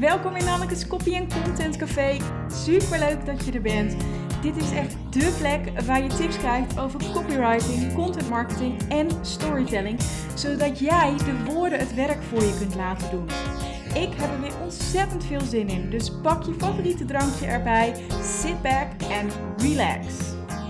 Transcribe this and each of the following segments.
Welkom in Anneke's Copy & Content Café. Super leuk dat je er bent. Dit is echt dé plek waar je tips krijgt over copywriting, content marketing en storytelling, zodat jij de woorden het werk voor je kunt laten doen. Ik heb er weer ontzettend veel zin in, dus pak je favoriete drankje erbij, sit back en relax.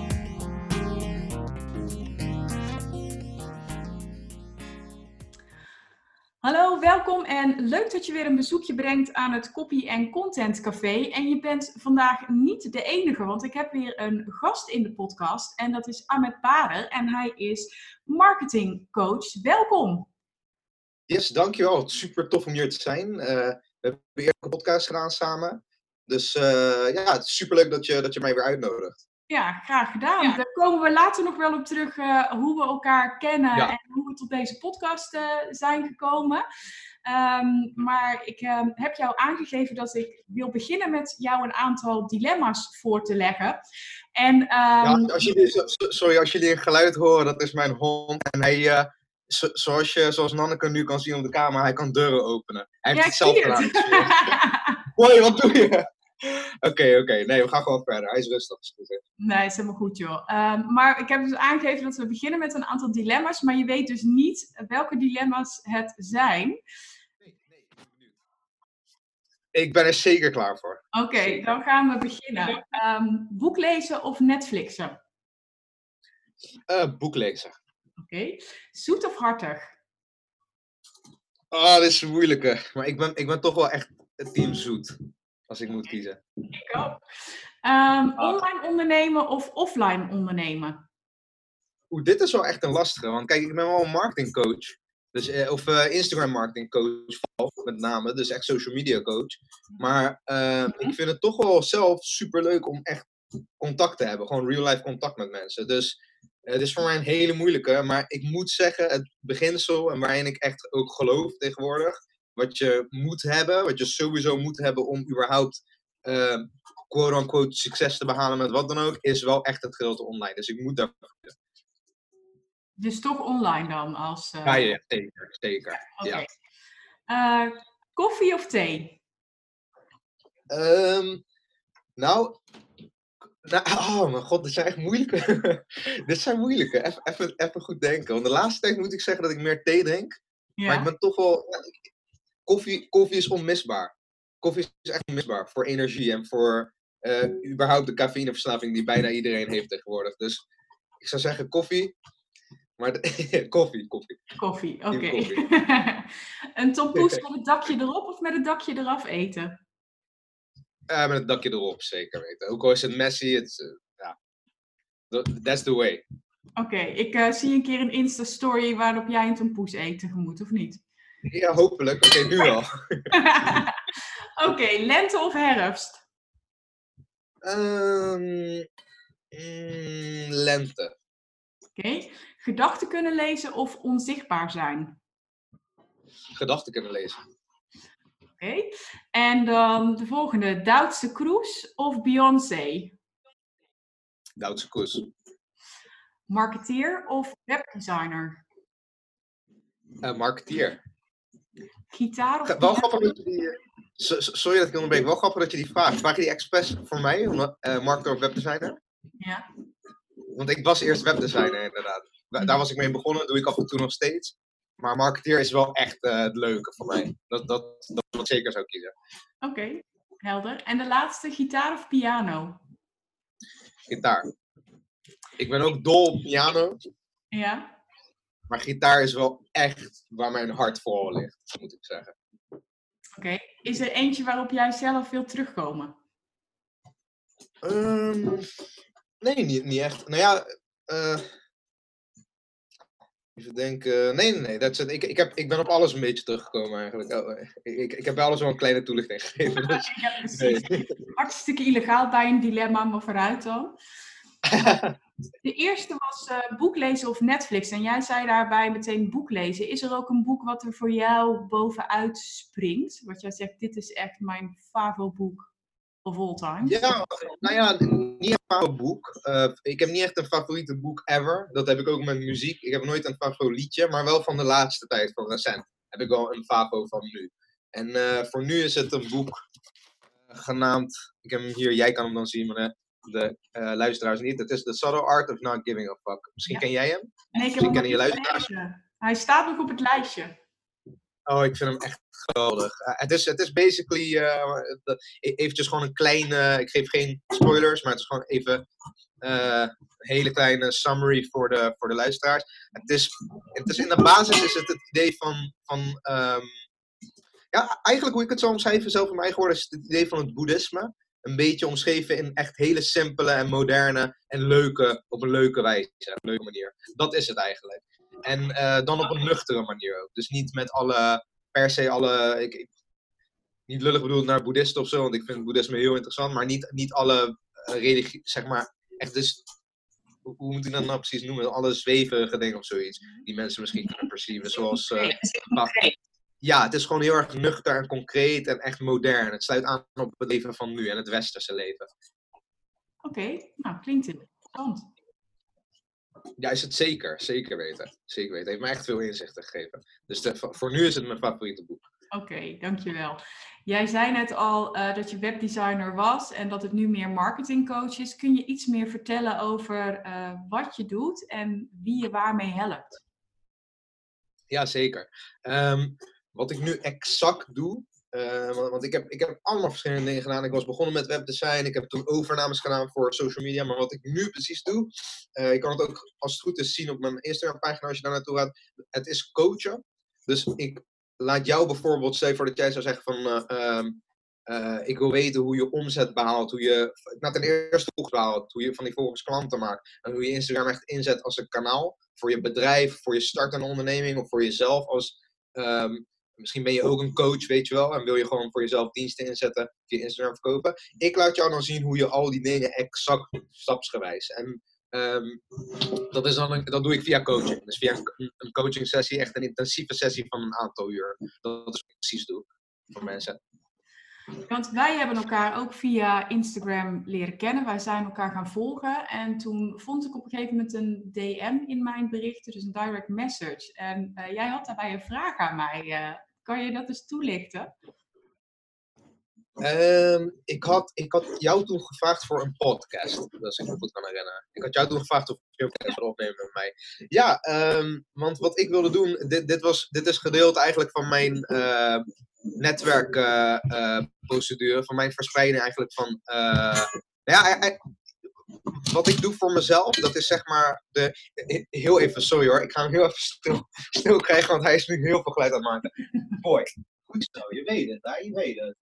Hallo, welkom en leuk dat je weer een bezoekje brengt aan het Copy & Content Café. En je bent vandaag niet de enige, want ik heb weer een gast in de podcast en dat is Ahmed Bader en hij is marketingcoach. Welkom! Yes, dankjewel. Super tof om hier te zijn. We hebben weer een podcast gedaan samen. Dus ja, het is super leuk dat je mij weer uitnodigt. Ja, graag gedaan. Ja. Daar komen we later nog wel op terug hoe we elkaar kennen en hoe we tot deze podcast zijn gekomen. Maar ik heb jou aangegeven dat ik wil beginnen met jou een aantal dilemma's voor te leggen. En, ja, als jullie een geluid horen, dat is mijn hond. En hij, zoals Nanneke nu kan zien op de kamer, hij kan deuren openen. Hij heeft het zelf gedaan. Hoi, wat doe je? Oké. Nee, we gaan gewoon verder. Hij is rustig. Nee, is helemaal goed, joh. Maar ik heb dus aangegeven dat we beginnen met een aantal dilemma's. Maar je weet dus niet welke dilemma's het zijn. Nee, benieuwd. Ik ben er zeker klaar voor. Oké, dan gaan we beginnen. Boek lezen of Netflixen? Boek lezen. Oké. Zoet of hartig? Oh, dit is een moeilijke. Maar ik ben toch wel echt het team zoet. Als ik moet kiezen. Ik ook. Online ondernemen of offline ondernemen? Dit is wel echt een lastige. Want kijk, ik ben wel een marketingcoach. Dus, of Instagram marketingcoach met name. Dus echt social media coach. Maar ik vind het toch wel zelf super leuk om echt contact te hebben. Gewoon real life contact met mensen. Dus het is voor mij een hele moeilijke. Maar ik moet zeggen, het beginsel en waarin ik echt ook geloof tegenwoordig. Wat je moet hebben, wat je sowieso moet hebben om überhaupt quote-unquote succes te behalen met wat dan ook, is wel echt het gedeelte online. Dus ik moet daarvoor kiezen. Dus toch online dan? Ja, zeker. Okay. Ja. Koffie of thee? Oh mijn god, dit zijn echt moeilijke. Dit zijn moeilijke. Even goed denken. Want de laatste tijd moet ik zeggen dat ik meer thee drink. Ja. Maar ik ben toch wel... Koffie is onmisbaar. Koffie is echt onmisbaar voor energie en voor überhaupt de cafeïneverslaving die bijna iedereen heeft tegenwoordig. Dus ik zou zeggen koffie. Maar koffie. Koffie, oké. Een tompoes met het dakje erop of met het dakje eraf eten? Met het dakje erop, zeker weten. Ook al is het messy, that's the way. Oké, ik zie een keer een Insta-story waarop jij een tompoes eet tegemoet, of niet? Ja, hopelijk. Oké, nu al. Oké, lente of herfst? Lente. Oké. Gedachten kunnen lezen of onzichtbaar zijn? Gedachten kunnen lezen. Oké. En dan de volgende. Duitse Kroes of Beyoncé? Duitse Kroes. Marketeer of webdesigner? Marketeer. Gitaar of wel grappig dat je die... Sorry dat ik onderbreek. Wel grappig dat je die vraagt. Vraag je die expres voor mij? Marketeer of webdesigner? Ja. Want ik was eerst webdesigner inderdaad. Daar was ik mee begonnen. Doe ik af en toe nog steeds. Maar marketeer is wel echt het leuke voor mij. Dat ik zeker zou kiezen. Oké, helder. En de laatste, gitaar of piano? Gitaar. Ik ben ook dol op piano. Ja. Maar gitaar is wel echt waar mijn hart vooral ligt, moet ik zeggen. Oké. Is er eentje waarop jij zelf wilt terugkomen? Nee, niet echt. Nou ja, even denken. Nee. Ik ben op alles een beetje teruggekomen eigenlijk. Ik heb bij alles wel een kleine toelichting gegeven. Dus, ja, precies. Nee. Hartstikke illegaal bij een dilemma, maar vooruit dan. De eerste was boek lezen of Netflix. En jij zei daarbij meteen boek lezen. Is er ook een boek wat er voor jou bovenuit springt? Wat jij zegt, dit is echt mijn favo-boek of all time. Ja, nou ja, niet een favo-boek. Ik heb niet echt een favoriete boek ever. Dat heb ik ook met muziek. Ik heb nooit een favoriet liedje. Maar wel van de laatste tijd, van recent, heb ik wel een favo van nu. En voor nu is het een boek genaamd, ik heb hem hier, jij kan hem dan zien, maar de luisteraars niet. Het is The Subtle Art of Not Giving a Fuck. Misschien ken jij hem? Nee, ik heb Misschien hem kennen je nog niet luisteraars. gelezen. Hij staat nog op het lijstje. Oh, ik vind hem echt geweldig. Het is basically eventjes gewoon een kleine, ik geef geen spoilers, maar het is gewoon even een hele kleine summary voor de luisteraars. Het is in de basis is het idee van ja, eigenlijk hoe ik het zou omschrijven, zelf in mijn eigen woorden, is het idee van het boeddhisme. Een beetje omschreven in echt hele simpele en moderne en op een leuke wijze, op een leuke manier. Dat is het eigenlijk. En dan op een nuchtere manier ook. Dus niet met per se alle, niet lullig bedoeld naar boeddhisten of zo, want ik vind het boeddhisme heel interessant, maar niet alle religie, zeg maar, echt dus, hoe moet ik dat nou precies noemen? Alle zweverige dingen of zoiets, die mensen misschien kunnen perceiven, zoals... ja, het is gewoon heel erg nuchter en concreet en echt modern. Het sluit aan op het leven van nu en het westerse leven. Oké, nou klinkt interessant. Ja, is het zeker. Zeker weten. Zeker weten. Het heeft me echt veel inzichten gegeven. Dus voor nu is het mijn favoriete boek. Oké, dankjewel. Jij zei net al dat je webdesigner was en dat het nu meer marketingcoach is. Kun je iets meer vertellen over wat je doet en wie je waarmee helpt? Ja, zeker. Wat ik nu exact doe, want ik heb allemaal verschillende dingen gedaan. Ik was begonnen met webdesign, ik heb toen overnames gedaan voor social media. Maar wat ik nu precies doe, je kan het ook als het goed is zien op mijn Instagram pagina als je daar naartoe gaat. Het is coachen. Dus ik laat jou bijvoorbeeld, stel je voor dat jij zou zeggen van... ik wil weten hoe je omzet behaalt, hoe je ten eerste volgers behaalt, hoe je van die volgers klanten maakt. En hoe je Instagram echt inzet als een kanaal voor je bedrijf, voor je startende onderneming of voor jezelf. Misschien ben je ook een coach, weet je wel, en wil je gewoon voor jezelf diensten inzetten, via Instagram verkopen. Ik laat jou dan zien hoe je al die dingen exact stapsgewijs. En dat doe ik via coaching. Dus via een coaching sessie, echt een intensieve sessie van een aantal uur. Dat is wat ik precies doe voor mensen. Want wij hebben elkaar ook via Instagram leren kennen. Wij zijn elkaar gaan volgen. En toen vond ik op een gegeven moment een DM in mijn berichten, dus een direct message. En jij had daarbij een vraag aan mij. Kan je dat eens toelichten? Ik had jou toen gevraagd voor een podcast. Als ik me goed kan herinneren. Ik had jou toen gevraagd of je een podcast wil opnemen met mij. Ja, want wat ik wilde doen, dit is gedeeld eigenlijk van mijn netwerkprocedure. Van mijn verspreiding eigenlijk van... wat ik doe voor mezelf, dat is zeg maar heel even, sorry hoor, ik ga hem heel even stil krijgen, want hij is nu heel veel geluid aan het maken. Boy, goed zo, je weet het, hè? Je weet het.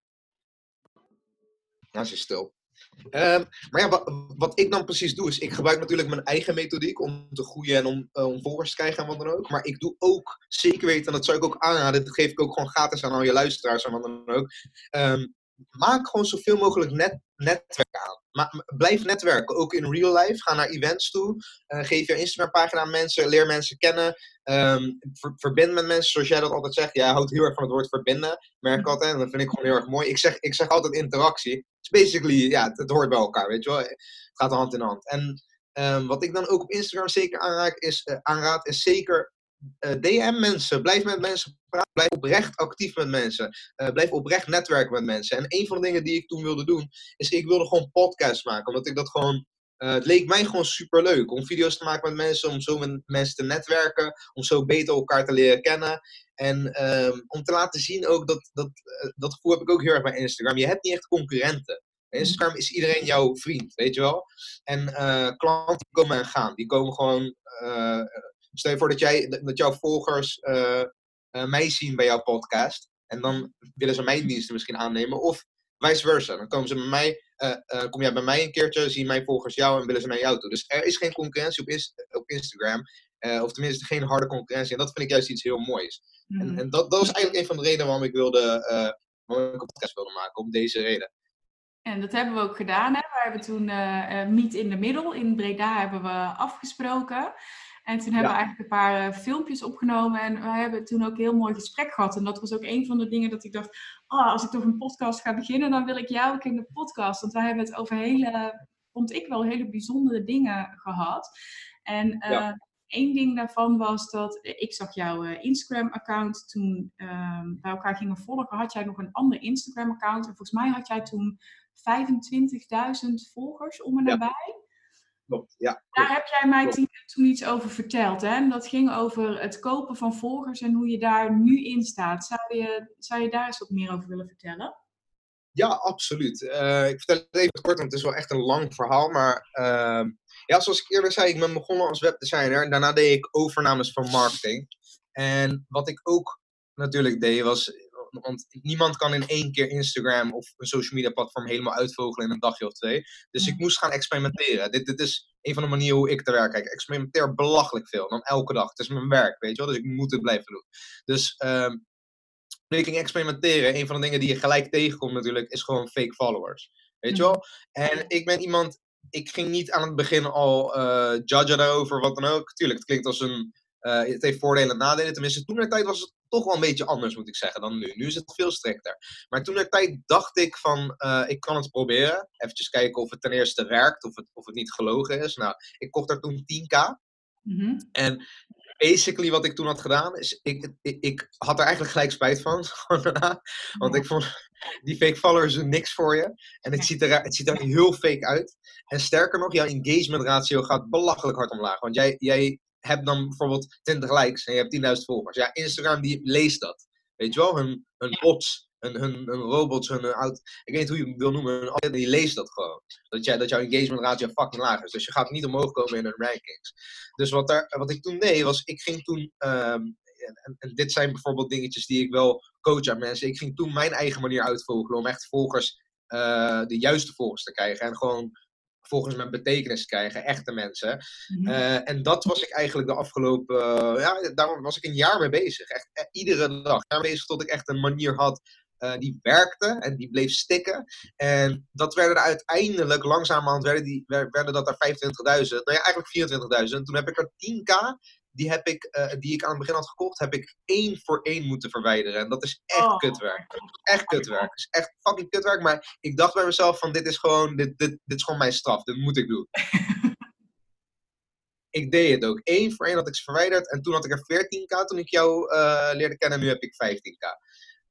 Ja, ze is stil. Maar ja, wat ik dan precies doe, is ik gebruik natuurlijk mijn eigen methodiek om te groeien en om volgers te krijgen en wat dan ook. Maar ik doe ook, zeker weten, en dat zou ik ook aanraden, dat geef ik ook gewoon gratis aan al je luisteraars en wat dan ook. Maak gewoon zoveel mogelijk netwerk aan. Blijf netwerken, ook in real life. Ga naar events toe. Geef je Instagram pagina aan mensen. Leer mensen kennen. Verbind met mensen, zoals jij dat altijd zegt. Jij houdt heel erg van het woord verbinden. Merk ik altijd. En dat vind ik gewoon heel erg mooi. Ik zeg altijd interactie. Het is basically, ja, het hoort bij elkaar, weet je wel. Het gaat hand in hand. En wat ik dan ook op Instagram zeker aanraad, is zeker DM mensen. Blijf met mensen praten. Blijf oprecht actief met mensen. Blijf oprecht netwerken met mensen. En een van de dingen die ik toen wilde doen, is ik wilde gewoon podcasts maken. Omdat ik dat gewoon... het leek mij gewoon super leuk om video's te maken met mensen, om zo met mensen te netwerken, om zo beter elkaar te leren kennen. En om te laten zien ook, dat gevoel heb ik ook heel erg bij Instagram. Je hebt niet echt concurrenten. Bij Instagram is iedereen jouw vriend, weet je wel. En klanten komen en gaan. Die komen gewoon... stel je voor dat jouw volgers mij zien bij jouw podcast. En dan willen ze mijn diensten misschien aannemen. Of vice versa. Dan komen ze bij mij... kom jij bij mij een keertje, zien mijn volgers jou en willen ze naar jou toe. Dus er is geen concurrentie op Instagram. Of tenminste geen harde concurrentie. En dat vind ik juist iets heel moois. Mm-hmm. En dat was eigenlijk een van de redenen waarom ik een podcast wilde maken. Om deze reden. En dat hebben we ook gedaan. Hè? We hebben toen Meet in the Middle in Breda hebben we afgesproken. En toen hebben we eigenlijk een paar filmpjes opgenomen. En we hebben toen ook een heel mooi gesprek gehad. En dat was ook een van de dingen dat ik dacht... als ik toch een podcast ga beginnen, dan wil ik jou ook in de podcast. Want wij hebben het over vond ik wel hele bijzondere dingen gehad. En één ding daarvan was dat ik zag jouw Instagram-account toen bij elkaar gingen volgen. Had jij nog een ander Instagram-account? En volgens mij had jij toen 25.000 volgers om en nabij. Klopt, ja. Daar heb jij mij toen iets over verteld. Hè? En dat ging over het kopen van volgers en hoe je daar nu in staat. Zou je daar eens wat meer over willen vertellen? Ja, absoluut. Ik vertel het even kort, want het is wel echt een lang verhaal. Maar ja, zoals ik eerder zei, ik ben begonnen als webdesigner. En daarna deed ik overnames van marketing. En wat ik ook natuurlijk deed was... Want niemand kan in één keer Instagram of een social media platform helemaal uitvogelen in een dagje of 2. Dus ik moest gaan experimenteren. Dit is een van de manieren hoe ik te werk kijk. Ik experimenteer belachelijk veel. Dan elke dag. Het is mijn werk, weet je wel. Dus ik moet het blijven doen. Dus... toen ik ging experimenteren, een van de dingen die je gelijk tegenkomt natuurlijk, is gewoon fake followers. Weet je wel? En ik ben iemand, ik ging niet aan het begin al judgen daarover, wat dan ook. Tuurlijk, het klinkt als een, het heeft voordelen en nadelen. Tenminste, toen de tijd was het toch wel een beetje anders, moet ik zeggen, dan nu. Nu is het veel strikter. Maar toen de tijd dacht ik van, ik kan het proberen. Eventjes kijken of het ten eerste werkt, of het niet gelogen is. Nou, ik kocht er toen 10k. En basically wat ik toen had gedaan, is ik had er eigenlijk gelijk spijt van. Want ik vond die fake followers doen niks voor je. En het ziet er heel fake uit. En sterker nog, jouw engagement ratio gaat belachelijk hard omlaag. Want jij hebt dan bijvoorbeeld 20 likes en je hebt 10.000 volgers. Ja, Instagram die leest dat. Weet je wel, hun bots, hun robots, ik weet niet hoe je het wil noemen, die leest dat gewoon. Dat jouw engagement ratio fucking laag is. Dus je gaat niet omhoog komen in hun rankings. Dus wat ik toen deed, was ik ging toen, en dit zijn bijvoorbeeld dingetjes die ik wel coach aan mensen. Ik ging toen mijn eigen manier uitvogelen om echt volgers, de juiste volgers te krijgen. En gewoon volgens met betekenis te krijgen, echte mensen. En dat was ik eigenlijk de afgelopen, daar was ik een jaar mee bezig. Echt iedere dag. Daar bezig tot ik echt een manier had die werkte en die bleef stikken. En dat werden er uiteindelijk, langzamerhand werden dat er 25.000. Nou ja, eigenlijk 24.000. Toen heb ik er 10k, die ik aan het begin had gekocht, heb ik 1 voor 1 moeten verwijderen. En dat is echt kutwerk. Echt kutwerk. Het is echt fucking kutwerk. Maar ik dacht bij mezelf van, dit is gewoon mijn straf. Dit moet ik doen. Ik deed het ook. 1 voor 1 had ik ze verwijderd. En toen had ik er 14k toen ik jou leerde kennen. Nu heb ik 15k.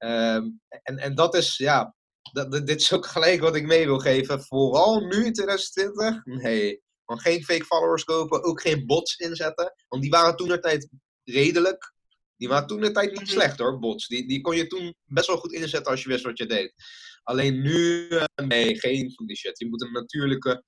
En dat is, ja, dit is ook gelijk wat ik mee wil geven. Vooral nu in 2020. Nee, want geen fake followers kopen. Ook geen bots inzetten. Want die waren toentertijd redelijk. Die waren toentertijd niet slecht hoor, bots. Die kon je toen best wel goed inzetten als je wist wat je deed. Alleen nu, nee, geen van die shit. Je moet een natuurlijke,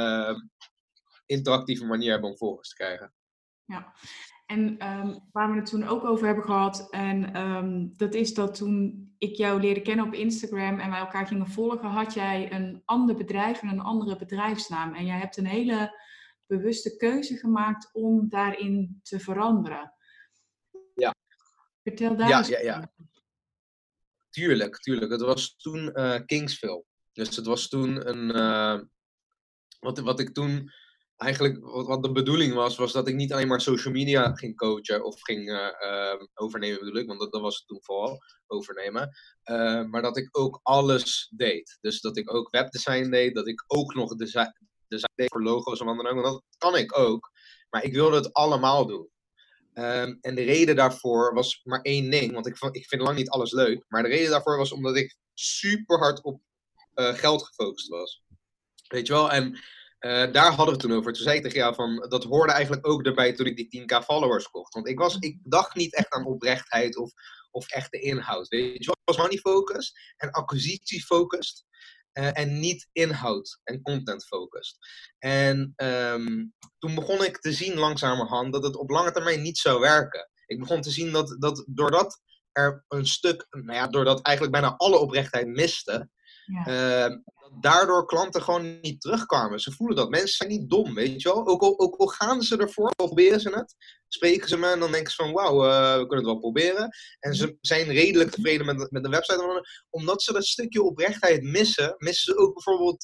interactieve manier hebben om volgers te krijgen. Ja. En waar we het toen ook over hebben gehad, en dat is dat toen ik jou leerde kennen op Instagram en wij elkaar gingen volgen, had jij een ander bedrijf en een andere bedrijfsnaam. En jij hebt een hele bewuste keuze gemaakt om daarin te veranderen. Ja. Vertel daar eens over. Tuurlijk. Het was toen Kingsville. Dus het was toen een... wat ik toen... Eigenlijk, wat de bedoeling was dat ik niet alleen maar social media ging coachen of ging overnemen bedoel ik, want dat was het toen vooral, overnemen. Maar dat ik ook alles deed. Dus dat ik ook webdesign deed, dat ik ook nog design deed voor logo's en wat dan ook. Want dat kan ik ook, maar ik wilde het allemaal doen. En de reden daarvoor was maar één ding, want ik vind lang niet alles leuk. Maar de reden daarvoor was omdat ik super hard op geld gefocust was. Weet je wel, en... daar hadden we het toen over. Toen zei ik tegen jou van, dat hoorde eigenlijk ook erbij toen ik die 10k followers kocht. Want ik dacht niet echt aan oprechtheid of echte inhoud. Weet je wel, ik was money focused en acquisitie focused. En niet inhoud en content focused. En toen begon ik te zien langzamerhand dat het op lange termijn niet zou werken. Ik begon te zien dat doordat er een stuk, doordat eigenlijk bijna alle oprechtheid miste... Ja. Daardoor klanten gewoon niet terugkwamen. Ze voelen dat. Mensen zijn niet dom, weet je wel. Ook al gaan ze ervoor, of proberen ze het, spreken ze me en dan denken ze van, wauw, we kunnen het wel proberen. En ze zijn redelijk tevreden met de website. Omdat ze dat stukje oprechtheid missen ze ook bijvoorbeeld...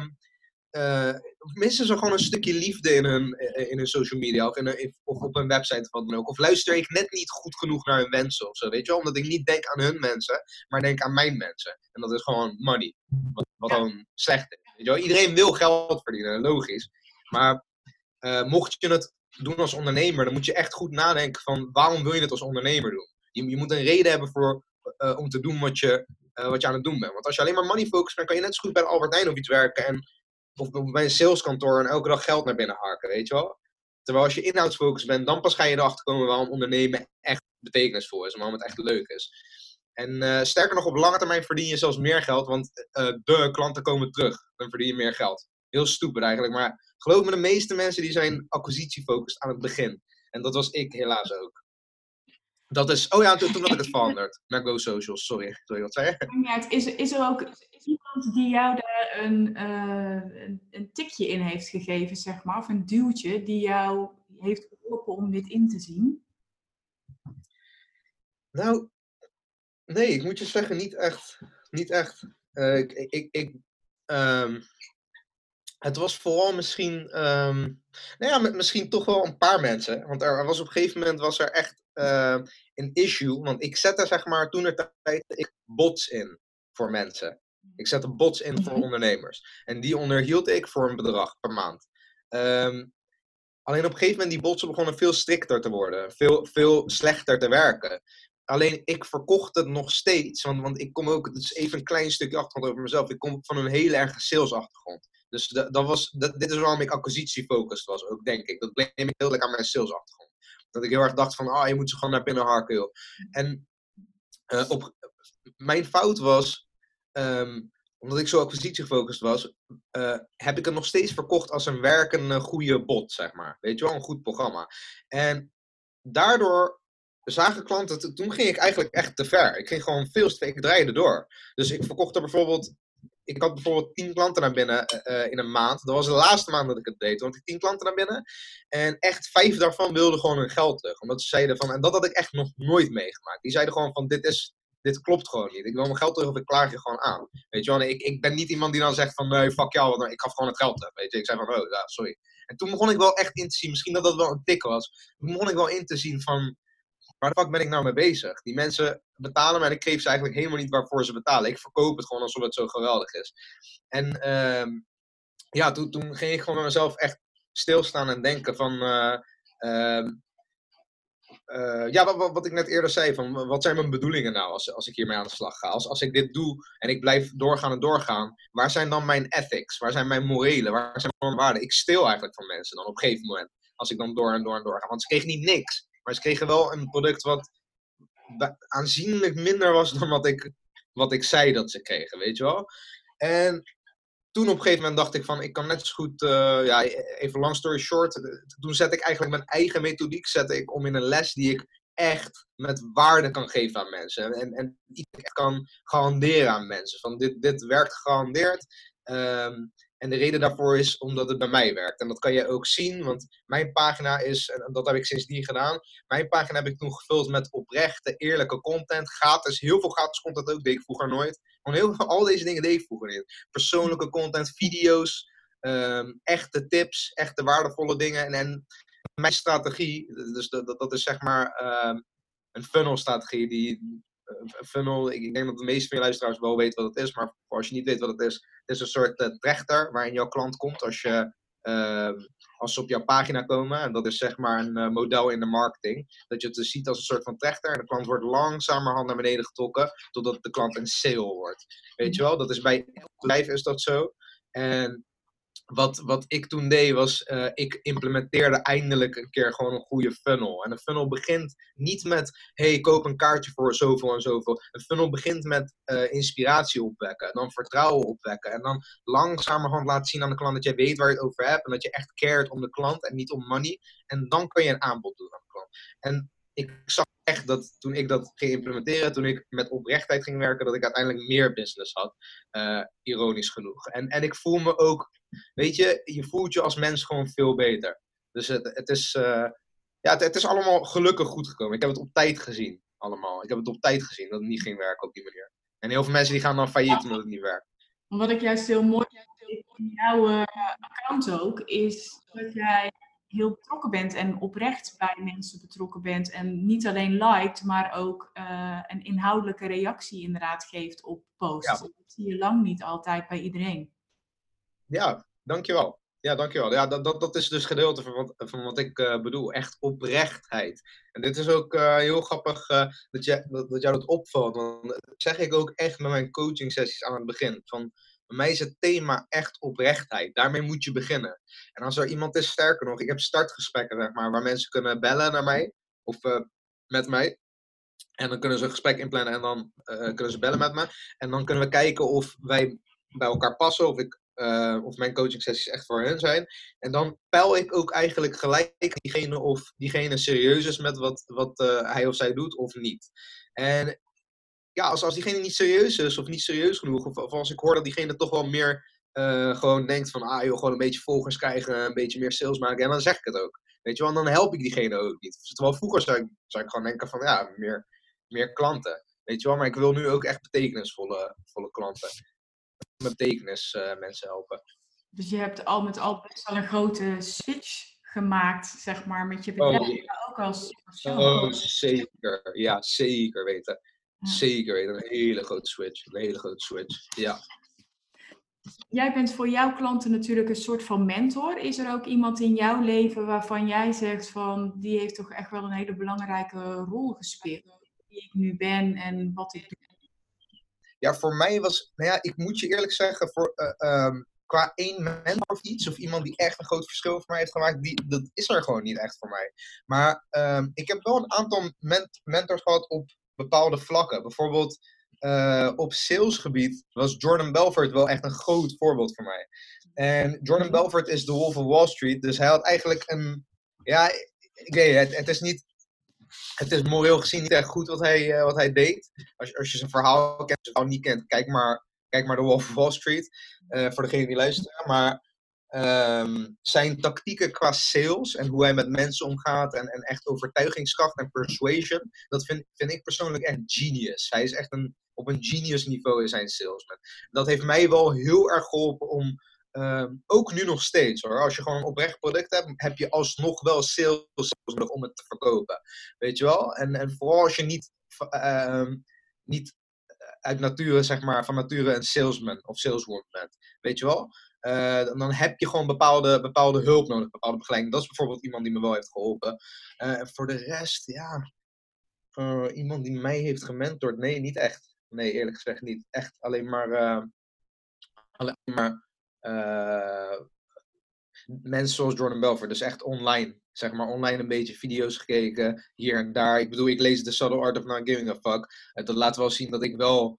missen ze gewoon een stukje liefde in hun social media of op hun website of wat dan ook. Of luister ik net niet goed genoeg naar hun wensen of zo, weet je wel. Omdat ik niet denk aan hun mensen, maar denk aan mijn mensen. En dat is gewoon money. Wat gewoon slecht is. Weet je wel. Iedereen wil geld verdienen, logisch. Maar mocht je het doen als ondernemer, dan moet je echt goed nadenken van waarom wil je het als ondernemer doen. Je moet een reden hebben om te doen wat je aan het doen bent. Want als je alleen maar money focust, dan kan je net zo goed bij de Albert Heijn of iets werken of bij een saleskantoor en elke dag geld naar binnen harken, weet je wel. Terwijl als je inhoudsfocust bent, dan pas ga je erachter komen waarom ondernemen echt betekenisvol is en waarom het echt leuk is. En sterker nog, op lange termijn verdien je zelfs meer geld, want de klanten komen terug. Dan verdien je meer geld. Heel stupid eigenlijk, maar geloof me, de meeste mensen die zijn acquisitiefocust aan het begin. En dat was ik helaas ook. Dat is, toen had ik het veranderd. Naar Go Socials, sorry, wat zei je? Is er ook iemand die jou daar een tikje in heeft gegeven, zeg maar, of een duwtje die jou heeft geholpen om dit in te zien? Nou, nee, ik moet je zeggen, niet echt. Het was vooral misschien, misschien toch wel een paar mensen. Want er was op een gegeven moment echt een issue. Want ik zette zeg maar toentertijd bots in voor mensen. Ik zette bots in voor ondernemers. En die onderhield ik voor een bedrag per maand. Alleen op een gegeven moment die botsen begonnen veel strikter te worden. Veel slechter te werken. Alleen ik verkocht het nog steeds. Want ik kom ook, het is even een klein stukje achtergrond over mezelf. Ik kom van een hele erge salesachtergrond. Dus dit is waarom ik acquisitiefocust was ook, denk ik. Dat bleef ik heel erg aan mijn salesachtergrond. Dat ik heel erg dacht van, je moet ze gewoon naar binnen harken, joh. En mijn fout was, omdat ik zo acquisitiefocust was, heb ik het nog steeds verkocht als een werkende goede bot, zeg maar. Weet je wel, een goed programma. En daardoor zagen klanten, toen ging ik eigenlijk echt te ver. Ik ging gewoon veel te ver, ik draaide door. Dus ik verkocht er ik had bijvoorbeeld 10 klanten naar binnen in een maand. Dat was de laatste maand dat ik het deed. Want ik 10 klanten naar binnen. En echt 5 daarvan wilden gewoon hun geld terug. Omdat ze zeiden van, en dat had ik echt nog nooit meegemaakt. Die zeiden gewoon van, dit klopt gewoon niet. Ik wil mijn geld terug of ik klaag je gewoon aan. Weet je wel, ik ben niet iemand die dan zegt van, nee, fuck jou, want ik gaf gewoon het geld terug. Weet je, ik zei van, oh, ja, sorry. En toen begon ik wel echt in te zien, misschien dat dat wel een tik was. Toen begon ik wel in te zien van, waar de fuck ben ik nou mee bezig? Die mensen betalen me en ik geef ze eigenlijk helemaal niet waarvoor ze betalen. Ik verkoop het gewoon alsof het zo geweldig is. En toen ging ik gewoon met mezelf echt stilstaan en denken van... wat ik net eerder zei, van wat zijn mijn bedoelingen nou als ik hiermee aan de slag ga? Als ik dit doe en ik blijf doorgaan, waar zijn dan mijn ethics? Waar zijn mijn morelen? Waar zijn mijn waarden? Ik steel eigenlijk van mensen dan op een gegeven moment. Als ik dan door ga. Want ze kregen niet niks. Maar ze kregen wel een product wat aanzienlijk minder was dan wat ik zei dat ze kregen, weet je wel? En toen op een gegeven moment dacht ik van, ik kan net zo goed, even long story short, toen zette ik eigenlijk mijn eigen methodiek om in een les die ik echt met waarde kan geven aan mensen. En iets echt kan garanderen aan mensen. Van dit werkt gegarandeerd. En de reden daarvoor is omdat het bij mij werkt. En dat kan je ook zien, want mijn pagina is, en dat heb ik sindsdien gedaan, mijn pagina heb ik toen gevuld met oprechte, eerlijke content. Gratis, heel veel gratis content ook, deed ik vroeger nooit. Al deze dingen deed ik vroeger niet. Persoonlijke content, video's, echte tips, echte waardevolle dingen. En mijn strategie, dus dat is zeg maar een funnel-strategie. Een funnel, ik denk dat de meeste van je luisteraars wel weten wat het is, maar als je niet weet wat het is een soort trechter waarin jouw klant komt als ze op jouw pagina komen. En dat is zeg maar een model in de marketing. Dat je het dus ziet als een soort van trechter. En de klant wordt langzamerhand naar beneden getrokken totdat de klant een sale wordt. Weet je wel, dat is bij elk bedrijf is dat zo. En wat ik toen deed was, ik implementeerde eindelijk een keer gewoon een goede funnel. En een funnel begint niet met, hey, koop een kaartje voor zoveel en zoveel. Een funnel begint met inspiratie opwekken, dan vertrouwen opwekken. En dan langzamerhand laten zien aan de klant dat jij weet waar je het over hebt. En dat je echt cared om de klant en niet om money. En dan kan je een aanbod doen aan de klant. En ik zag echt dat toen ik dat ging implementeren, toen ik met oprechtheid ging werken, dat ik uiteindelijk meer business had. Ironisch genoeg. En ik voel me ook, weet je voelt je als mens gewoon veel beter. Dus het is allemaal gelukkig goed gekomen. Ik heb het op tijd gezien, allemaal. Ik heb het op tijd gezien dat het niet ging werken op die manier. En heel veel mensen die gaan dan failliet omdat het niet werkt. Wat ik juist heel mooi vind in jouw account ook, is dat jij heel betrokken bent en oprecht bij mensen betrokken bent. En niet alleen liked, maar ook een inhoudelijke reactie inderdaad geeft op posts. Ja. Dat zie je lang niet altijd bij iedereen. Ja, dankjewel. Ja, dankjewel. Ja, dat is dus gedeelte van wat ik bedoel. Echt oprechtheid. En dit is ook heel grappig dat jou dat opvalt. Want dat zeg ik ook echt met mijn coaching sessies aan het begin. Bij mij is het thema echt oprechtheid. Daarmee moet je beginnen. En als er iemand is, sterker nog, ik heb startgesprekken, zeg maar, waar mensen kunnen bellen naar mij. Of met mij. En dan kunnen ze een gesprek inplannen en dan kunnen ze bellen met me. En dan kunnen we kijken of wij bij elkaar passen, of mijn coaching sessies echt voor hen zijn. En dan peil ik ook eigenlijk gelijk diegene of diegene serieus is met wat hij of zij doet of niet. En ja, als diegene niet serieus is of niet serieus genoeg, of als ik hoor dat diegene toch wel meer gewoon denkt van, joh, gewoon een beetje volgers krijgen, een beetje meer sales maken, en dan zeg ik het ook. Weet je wel, en dan help ik diegene ook niet. Terwijl vroeger zou ik gewoon denken van, ja, meer klanten. Weet je wel, maar ik wil nu ook echt betekenisvolle klanten. Met betekenis mensen helpen. Dus je hebt al met al best wel een grote switch gemaakt, zeg maar, met je bedrijf. Maar ook als persoon. Zeker. Ja, zeker weten. Ja. Zeker weten. Een hele grote switch. Ja. Jij bent voor jouw klanten natuurlijk een soort van mentor. Is er ook iemand in jouw leven waarvan jij zegt van, die heeft toch echt wel een hele belangrijke rol gespeeld? Wie ik nu ben en wat ik doe? Ja, voor mij was, ik moet je eerlijk zeggen, qua één mentor of iets, of iemand die echt een groot verschil voor mij heeft gemaakt, dat is er gewoon niet echt voor mij. Maar ik heb wel een aantal mentors gehad op bepaalde vlakken. Bijvoorbeeld op salesgebied was Jordan Belfort wel echt een groot voorbeeld voor mij. En Jordan Belfort is de Wolf of Wall Street, dus hij had eigenlijk ik weet het is moreel gezien niet echt goed wat hij deed. Als je zijn verhaal kent, als je het verhaal niet kent, kijk maar de Wolf of Wall Street. Voor degene die luisteren. Maar zijn tactieken qua sales en hoe hij met mensen omgaat en echt overtuigingskracht en persuasion, dat vind ik persoonlijk echt genius. Hij is echt op een genius niveau in zijn salesman. Dat heeft mij wel heel erg geholpen om, ook nu nog steeds hoor, als je gewoon een oprecht product hebt, heb je alsnog wel sales nodig om het te verkopen. Weet je wel? En vooral als je niet uit nature, zeg maar, van nature een salesman of saleswoman bent. Weet je wel? Dan heb je gewoon bepaalde hulp nodig, bepaalde begeleiding. Dat is bijvoorbeeld iemand die me wel heeft geholpen. Voor de rest, iemand die mij heeft gementord? Nee, niet echt. Nee, eerlijk gezegd niet. Echt alleen maar mensen zoals Jordan Belfort. Dus echt online. Zeg maar online een beetje video's gekeken. Hier en daar. Ik bedoel, ik lees The Subtle Art of Not Giving a Fuck. Dat laat wel zien dat ik wel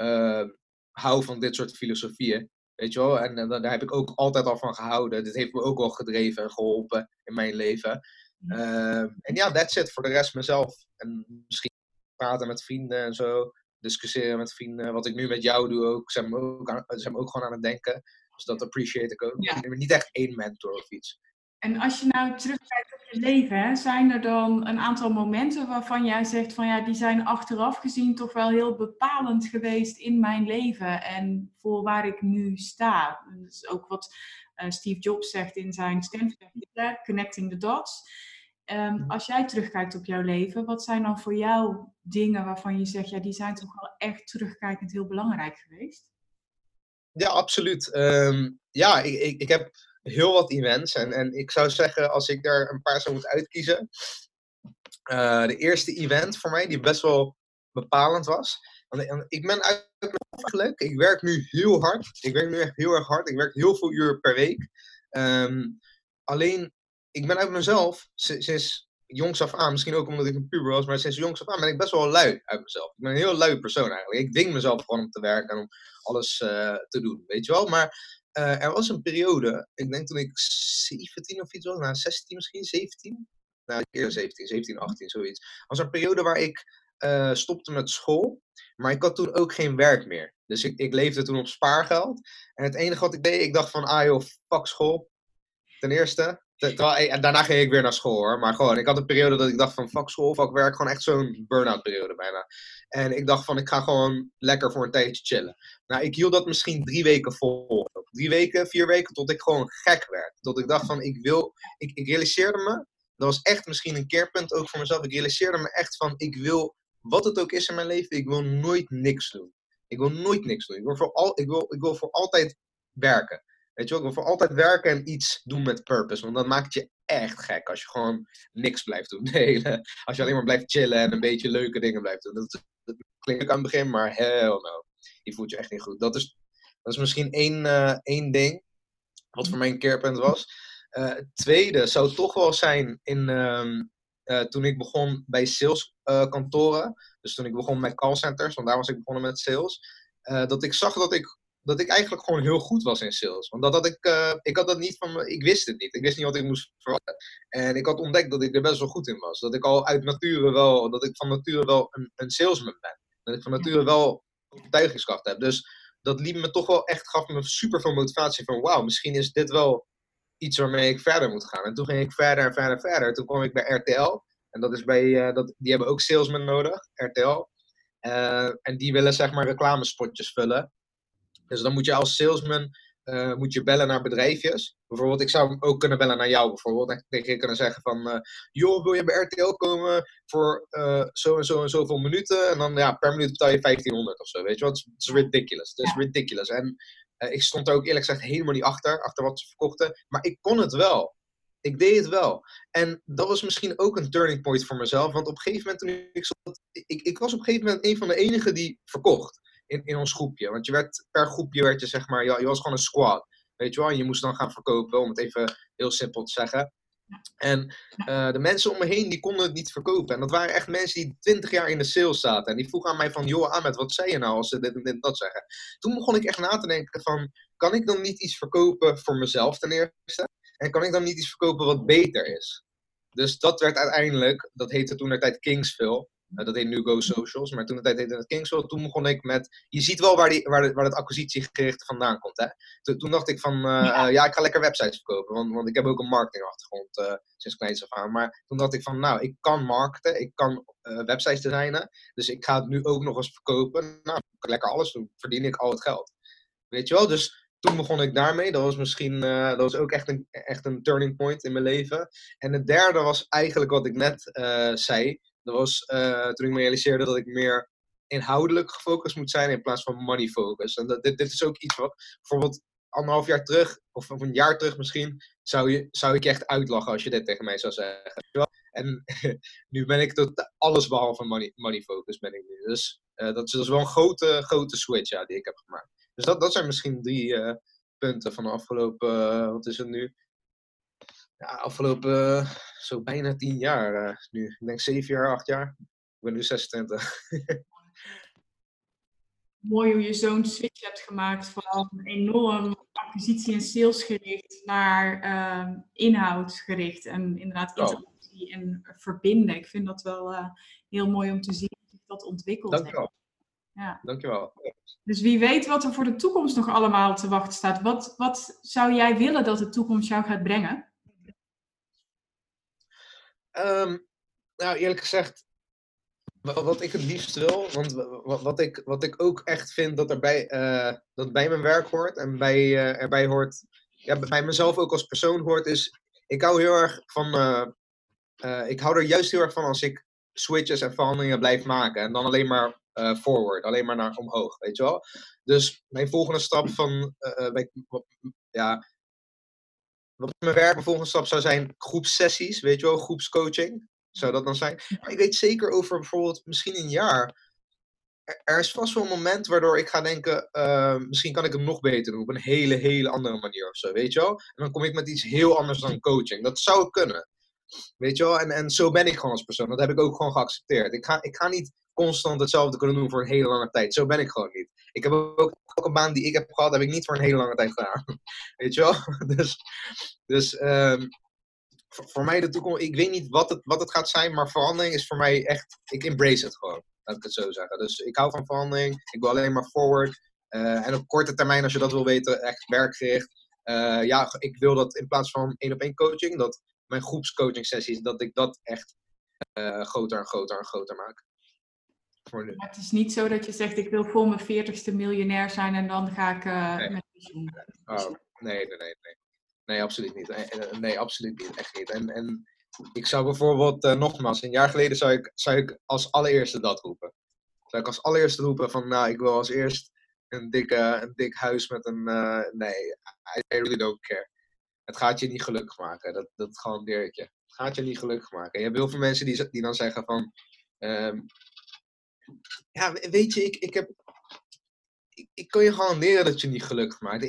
hou van dit soort filosofieën. Weet je wel? En daar heb ik ook altijd al van gehouden. Dit heeft me ook wel gedreven en geholpen in mijn leven. En ja, that's it. Voor de rest mezelf. En misschien praten met vrienden en zo. Discussiëren met vrienden. Wat ik nu met jou doe ook. Zijn me ook gewoon aan het denken. Dus dat appreciate ik ook. Ja. Niet echt één mentor of iets. En als je nou terugkijkt op je leven, zijn er dan een aantal momenten waarvan jij zegt van ja, die zijn achteraf gezien toch wel heel bepalend geweest in mijn leven en voor waar ik nu sta. Dat is ook wat Steve Jobs zegt in zijn Stanford, Connecting the Dots. Als jij terugkijkt op jouw leven, wat zijn dan voor jou dingen waarvan je zegt, ja, die zijn toch wel echt terugkijkend heel belangrijk geweest? Ja, absoluut. Ik heb heel wat events. En ik zou zeggen, als ik daar een paar zou moeten uitkiezen. De eerste event voor mij, die best wel bepalend was. Want ik ben eigenlijk, ik werk nu heel hard. Ik werk nu echt heel erg hard. Ik werk heel veel uur per week. Alleen, ik ben uit mezelf, sinds jongs af aan, misschien ook omdat ik een puber was, maar sinds jongs af aan ben ik best wel lui uit mezelf. Ik ben een heel lui persoon eigenlijk. Ik dwing mezelf gewoon om te werken en om alles te doen, weet je wel. Maar er was een periode, ik denk toen ik 17 of iets was, 16 misschien, 17? Eerder 17, 18, zoiets. Er was een periode waar ik stopte met school, maar ik had toen ook geen werk meer. Dus ik leefde toen op spaargeld. En het enige wat ik deed, ik dacht van, joh, fuck school. Ten eerste. En daarna ging ik weer naar school hoor. Maar gewoon, ik had een periode dat ik dacht van fuck school, fuck werk. Gewoon echt zo'n burn-out periode bijna. En ik dacht van, ik ga gewoon lekker voor een tijdje chillen. Nou, ik hield dat misschien 3 weken vol. 3 weken, 4 weken, tot ik gewoon gek werd. Tot ik dacht van, ik realiseerde me. Dat was echt misschien een keerpunt ook voor mezelf. Ik realiseerde me echt van, ik wil, wat het ook is in mijn leven, ik wil nooit niks doen. Ik wil nooit niks doen. Ik wil voor altijd werken. Weet je wel, ik wil voor altijd werken en iets doen met purpose. Want dat maakt je echt gek als je gewoon niks blijft doen. Als je alleen maar blijft chillen en een beetje leuke dingen blijft doen. Dat klinkt ook aan het begin, maar hell no. Die voelt je echt niet goed. Dat is misschien één ding wat voor mij een keerpunt was. Het tweede zou toch wel zijn toen ik begon bij saleskantoren. Dus toen ik begon met callcenters, want daar was ik begonnen met sales. Dat ik zag dat ik eigenlijk gewoon heel goed was in sales. Want ik had dat niet ik wist het niet. Ik wist niet wat ik moest verwachten. En ik had ontdekt dat ik er best wel goed in was. Dat ik al dat ik van nature wel een salesman ben. Dat ik van nature wel overtuigingskracht heb. Dus dat liep me toch wel echt, gaf me super veel motivatie van wauw, misschien is dit wel iets waarmee ik verder moet gaan. En toen ging ik verder en verder en verder. Toen kwam ik bij RTL. En dat is die hebben ook salesmen nodig, RTL. En die willen zeg maar reclamespotjes vullen. Dus dan moet je als salesman moet je bellen naar bedrijfjes. Bijvoorbeeld, ik zou ook kunnen bellen naar jou bijvoorbeeld. En tegen je kunnen zeggen van, joh, wil je bij RTL komen voor zo en zo en zoveel minuten? En dan ja, per minuut betaal je 1500 of zo, weet je wat? Het is ridiculous. Het is ridiculous. En ik stond er ook eerlijk gezegd helemaal niet achter wat ze verkochten. Maar ik kon het wel. Ik deed het wel. En dat was misschien ook een turning point voor mezelf. Want op een gegeven moment toen ik zat, ik was op een gegeven moment een van de enigen die verkocht. In ons groepje. Want per groepje werd je zeg maar, je was gewoon een squad. Weet je wel, en je moest dan gaan verkopen, om het even heel simpel te zeggen. En de mensen om me heen, die konden het niet verkopen. En dat waren echt mensen die 20 jaar in de sales zaten. En die vroegen aan mij van, joh Ahmed, wat zei je nou als ze dit en dit en dat zeggen? Toen begon ik echt na te denken van, kan ik dan niet iets verkopen voor mezelf ten eerste? En kan ik dan niet iets verkopen wat beter is? Dus dat werd uiteindelijk, dat heette toen de tijd Kingsville. Dat heet nu Go Socials, maar toen de tijd heette het Kingsville. Toen begon ik met, je ziet wel waar het acquisitiegericht vandaan komt. Hè? Toen dacht ik van, ja, ik ga lekker websites verkopen. Want ik heb ook een marketingachtergrond sinds kleins af aan. Maar toen dacht ik van, nou, ik kan marketen, ik kan websites designen. Dus ik ga het nu ook nog eens verkopen. Nou, lekker alles doen, verdien ik al het geld. Weet je wel, dus toen begon ik daarmee. Dat was misschien, dat was ook echt een turning point in mijn leven. En het derde was eigenlijk wat ik net zei. Dat was toen ik me realiseerde dat ik meer inhoudelijk gefocust moet zijn in plaats van money focus. En dit is ook iets wat bijvoorbeeld 1,5 jaar terug, of een jaar terug misschien, zou ik je echt uitlachen als je dit tegen mij zou zeggen. En nu ben ik tot alles behalve money focus ben ik nu. Dus dat is wel een grote switch ja, die ik heb gemaakt. Dus dat zijn misschien 3 punten van de afgelopen, wat is het nu? Ja, afgelopen zo bijna 10 jaar nu. Ik denk 7 jaar, 8 jaar. Ik ben nu 26. Mooi hoe je zo'n switch hebt gemaakt van enorm acquisitie- en salesgericht naar inhoudsgericht. En inderdaad interactie en verbinden. Ik vind dat wel heel mooi om te zien dat dat ontwikkeld heeft. Dankjewel. Ja. Dankjewel. Dus wie weet wat er voor de toekomst nog allemaal te wachten staat. Wat zou jij willen dat de toekomst jou gaat brengen? Nou, eerlijk gezegd, wat ik het liefst wil, want wat ik ook echt vind dat dat bij mijn werk hoort en erbij hoort, ja, bij mezelf ook als persoon hoort, is ik hou heel erg van, ik hou er juist heel erg van als ik switches en veranderingen blijf maken en dan alleen maar forward, alleen maar naar omhoog, weet je wel. Dus mijn volgende stap wat mijn werk, mijn volgende stap zou zijn groepsessies, weet je wel, groepscoaching. Zou dat dan zijn? Maar ik weet zeker over bijvoorbeeld misschien een jaar. Er is vast wel een moment waardoor ik ga denken, misschien kan ik het nog beter doen op een hele andere manier of zo, weet je wel? En dan kom ik met iets heel anders dan coaching. Dat zou kunnen. Weet je wel? En zo ben ik gewoon als persoon. Dat heb ik ook gewoon geaccepteerd. Ik ga niet constant hetzelfde kunnen doen voor een hele lange tijd. Zo ben ik gewoon niet. Ik heb ook elke baan die ik heb gehad, heb ik niet voor een hele lange tijd gedaan. Weet je wel? Dus voor mij de toekomst, ik weet niet wat het gaat zijn, maar verandering is voor mij echt, ik embrace het gewoon. Laat ik het zo zeggen. Dus ik hou van verandering. Ik wil alleen maar forward. En op korte termijn, als je dat wil weten, echt werkgericht. Ja, ik wil dat in plaats van 1-op-1 coaching, dat mijn groepscoaching sessies, dat ik dat echt groter en groter maak. Voor nu. Maar het is niet zo dat je zegt, ik wil voor mijn 40ste miljonair zijn en dan ga ik met pensioen. Nee. Nee, absoluut niet. Nee, absoluut niet. Echt niet. En ik zou bijvoorbeeld, nogmaals, een jaar geleden zou ik als allereerste dat roepen. Zou ik als allereerste roepen van, nou, ik wil als eerst een dik huis met een... nee, I really don't care. Het gaat je niet gelukkig maken. Dat garandeer ik je. Het gaat je niet gelukkig maken. Je hebt heel veel mensen die dan zeggen van... ja, weet je, ik kan je garanderen dat je niet gelukkig maakt.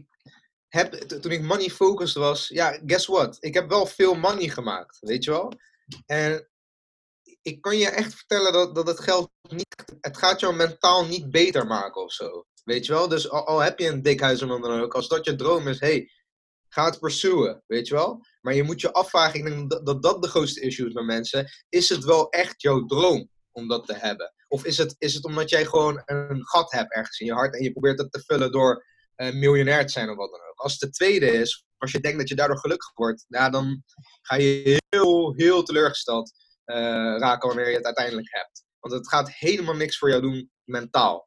Toen ik money focused was, ja, guess what? Ik heb wel veel money gemaakt, weet je wel? En ik kan je echt vertellen dat het geld niet... Het gaat jou mentaal niet beter maken of zo. Weet je wel? Dus al heb je een dik huis en dan ook, als dat je droom is, hey, ga het pursuen, weet je wel? Maar je moet je afvragen, ik denk dat de grootste issue is bij mensen. Is het wel echt jouw droom om dat te hebben? Of is het omdat jij gewoon een gat hebt ergens in je hart en je probeert het te vullen door miljonair te zijn of wat dan ook? Als het de tweede is, als je denkt dat je daardoor gelukkig wordt, ja, dan ga je heel, heel teleurgesteld raken wanneer je het uiteindelijk hebt. Want het gaat helemaal niks voor jou doen mentaal.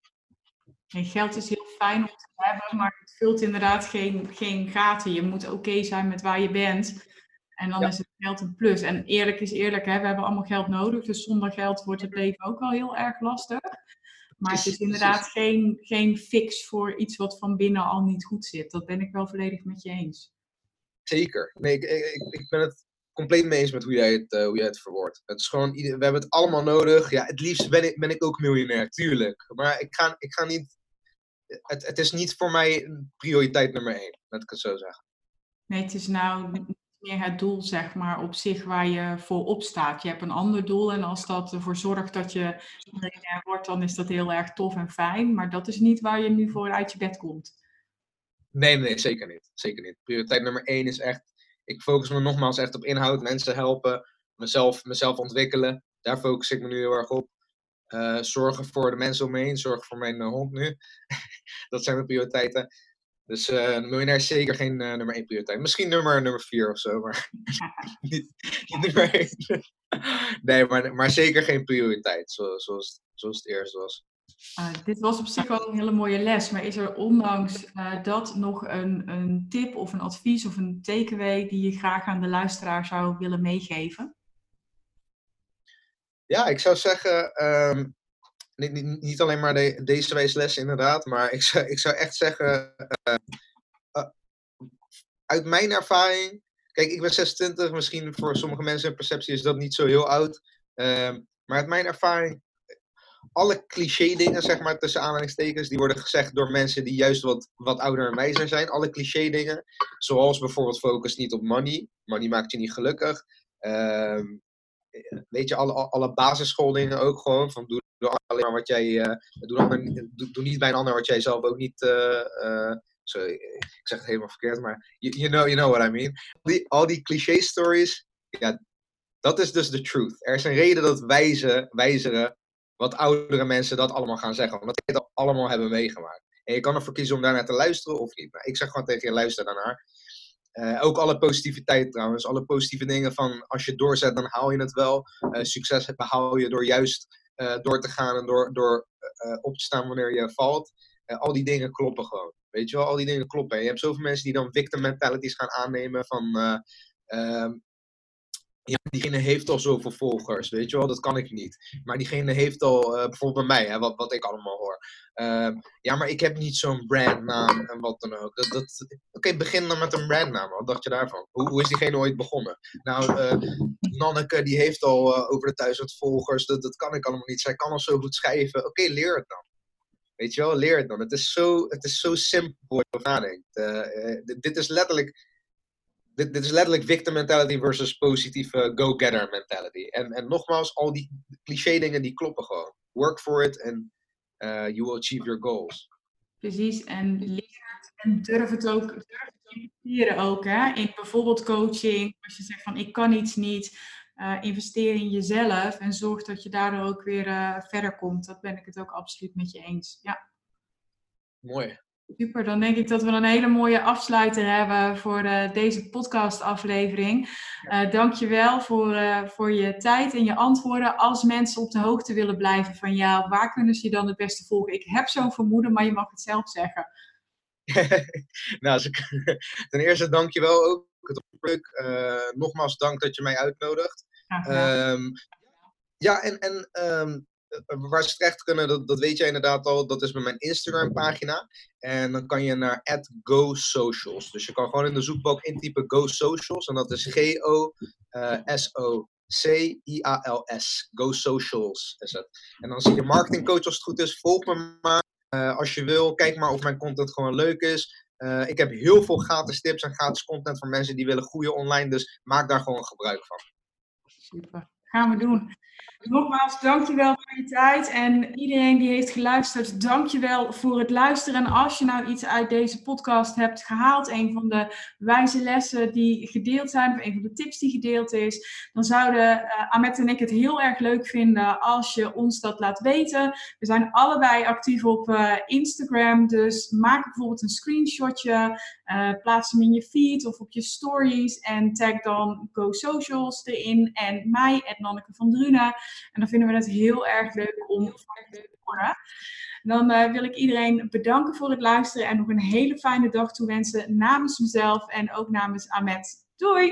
En geld is heel fijn om te hebben, maar het vult inderdaad geen gaten. Je moet oké zijn met waar je bent. En dan is het geld een plus. En eerlijk is eerlijk, hè? We hebben allemaal geld nodig. Dus zonder geld wordt het leven ook wel heel erg lastig. Maar het is inderdaad geen fix voor iets wat van binnen al niet goed zit. Dat ben ik wel volledig met je eens. Zeker. Nee, ik ben het compleet mee eens met hoe jij het verwoordt. Het is gewoon, we hebben het allemaal nodig. Ja, het liefst ben ik ook miljonair, tuurlijk. Maar ik ga niet... Het is niet voor mij prioriteit nummer 1, laat ik het zo zeggen. Nee, het is nou niet meer het doel, zeg maar, op zich waar je voor opstaat. Je hebt een ander doel en als dat ervoor zorgt dat je miljonair wordt, dan is dat heel erg tof en fijn. Maar dat is niet waar je nu voor uit je bed komt. Nee, zeker niet. Zeker niet. Prioriteit nummer 1 is echt... Ik focus me nogmaals echt op inhoud, mensen helpen, mezelf ontwikkelen. Daar focus ik me nu heel erg op. Zorgen voor de mensen om me heen, zorgen voor mijn hond nu. Dat zijn mijn prioriteiten. Dus miljonair is zeker geen nummer 1 prioriteit. Misschien nummer 4 of zo, maar niet nummer 1. Nee, maar zeker geen prioriteit, zoals het eerst was. Dit was op zich wel een hele mooie les, maar is er ondanks dat nog een tip of een advies of een takeaway die je graag aan de luisteraar zou willen meegeven? Ja, ik zou zeggen, niet alleen maar deze wijsles inderdaad, maar ik zou echt zeggen, uit mijn ervaring, kijk, ik ben 26, misschien voor sommige mensen in perceptie is dat niet zo heel oud, maar uit mijn ervaring, alle cliché dingen, zeg maar, tussen aanhalingstekens, die worden gezegd door mensen die juist wat ouder en wijzer zijn. Alle cliché dingen, zoals bijvoorbeeld focus niet op money. Money maakt je niet gelukkig. Weet je, alle basisschooldingen ook gewoon. Van doe alleen maar wat jij... doe niet bij een ander wat jij zelf ook niet... sorry, ik zeg het helemaal verkeerd, maar you know what I mean. Al die cliché stories, ja, dat is dus de truth. Er is een reden dat wijzeren, wat oudere mensen dat allemaal gaan zeggen. Omdat die het allemaal hebben meegemaakt. En je kan ervoor kiezen om daarnaar te luisteren of niet. Maar ik zeg gewoon tegen je, luister daarnaar. Ook alle positiviteit trouwens. Alle positieve dingen van als je doorzet, dan haal je het wel. Succes behaal je door juist door te gaan en door op te staan wanneer je valt. Al die dingen kloppen gewoon. Weet je wel, al die dingen kloppen. En je hebt zoveel mensen die dan victim mentalities gaan aannemen van... ja, diegene heeft al zoveel volgers, weet je wel, dat kan ik niet. Maar diegene heeft al, bijvoorbeeld bij mij, hè, wat ik allemaal hoor. Ja, maar ik heb niet zo'n brandnaam en wat dan ook. Oké, begin dan met een brandnaam. Wat dacht je daarvan? Hoe is diegene ooit begonnen? Nou, Nanneke, die heeft al over de 1000 volgers. Dat kan ik allemaal niet. Zij kan al zo goed schrijven. Oké, leer het dan. Weet je wel, leer het dan. Het is zo simpel als je nadenkt. Dit is letterlijk victim mentality versus positieve go-getter mentality. En nogmaals, al die cliché dingen die kloppen gewoon. Work for it and you will achieve your goals. Precies, en leer het en durf het ook, durf te investeren ook. Hè? In bijvoorbeeld coaching, als je zegt van ik kan iets niet, investeer in jezelf en zorg dat je daardoor ook weer verder komt. Dat ben ik het ook absoluut met je eens. Ja. Mooi. Super, dan denk ik dat we een hele mooie afsluiter hebben voor deze podcastaflevering. Dankjewel voor je tijd en je antwoorden. Als mensen op de hoogte willen blijven van jou, waar kunnen ze je dan het beste volgen? Ik heb zo'n vermoeden, maar je mag het zelf zeggen. Nou, ten eerste dankjewel ook. Het was leuk. Nogmaals dank dat je mij uitnodigt. Ja, en waar ze terecht kunnen, dat weet jij inderdaad al. Dat is bij mijn Instagram pagina. En dan kan je naar @GoSocials. Dus je kan gewoon in de zoekbalk intypen GoSocials. En dat is GoSocials. GoSocials is het. En dan zie je marketingcoach als het goed is. Volg me maar. Als je wil, kijk maar of mijn content gewoon leuk is. Ik heb heel veel gratis tips en gratis content voor mensen die willen groeien online. Dus maak daar gewoon gebruik van. Super, gaan we doen. Nogmaals, dankjewel voor je tijd en iedereen die heeft geluisterd, dankjewel voor het luisteren. En als je nou iets uit deze podcast hebt gehaald, een van de wijze lessen die gedeeld zijn, of een van de tips die gedeeld is, dan zouden Amet en ik het heel erg leuk vinden als je ons dat laat weten. We zijn allebei actief op Instagram, dus maak bijvoorbeeld een screenshotje, plaats hem in je feed of op je stories en tag dan GoSocials erin en mij, @Nanneke van Drunen. En dan vinden we het heel erg leuk om van je te horen. Dan wil ik iedereen bedanken voor het luisteren en nog een hele fijne dag toewensen namens mezelf en ook namens Amet. Doei!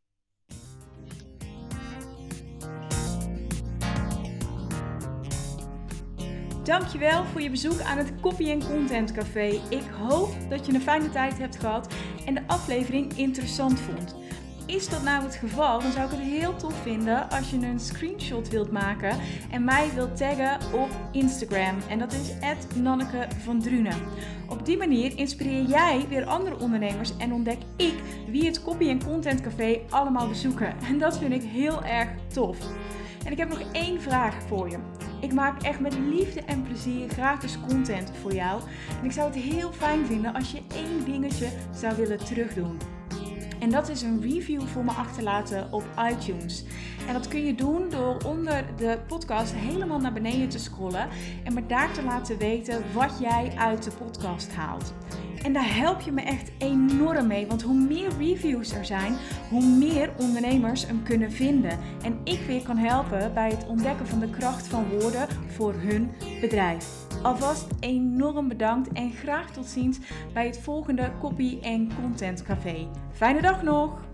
Dankjewel voor je bezoek aan het Copy & Content Café. Ik hoop dat je een fijne tijd hebt gehad en de aflevering interessant vond. Is dat nou het geval, dan zou ik het heel tof vinden als je een screenshot wilt maken en mij wilt taggen op Instagram. En dat is @Nanneke van Drunen. Op die manier inspireer jij weer andere ondernemers en ontdek ik wie het Copy & Content Café allemaal bezoeken. En dat vind ik heel erg tof. En ik heb nog 1 vraag voor je. Ik maak echt met liefde en plezier gratis content voor jou. En ik zou het heel fijn vinden als je 1 dingetje zou willen terugdoen. En dat is een review voor me achterlaten op iTunes. En dat kun je doen door onder de podcast helemaal naar beneden te scrollen en me daar te laten weten wat jij uit de podcast haalt. En daar help je me echt enorm mee, want hoe meer reviews er zijn, hoe meer ondernemers hem kunnen vinden. En ik weer kan helpen bij het ontdekken van de kracht van woorden voor hun bedrijf. Alvast enorm bedankt en graag tot ziens bij het volgende Copy & Content Café. Fijne dag nog!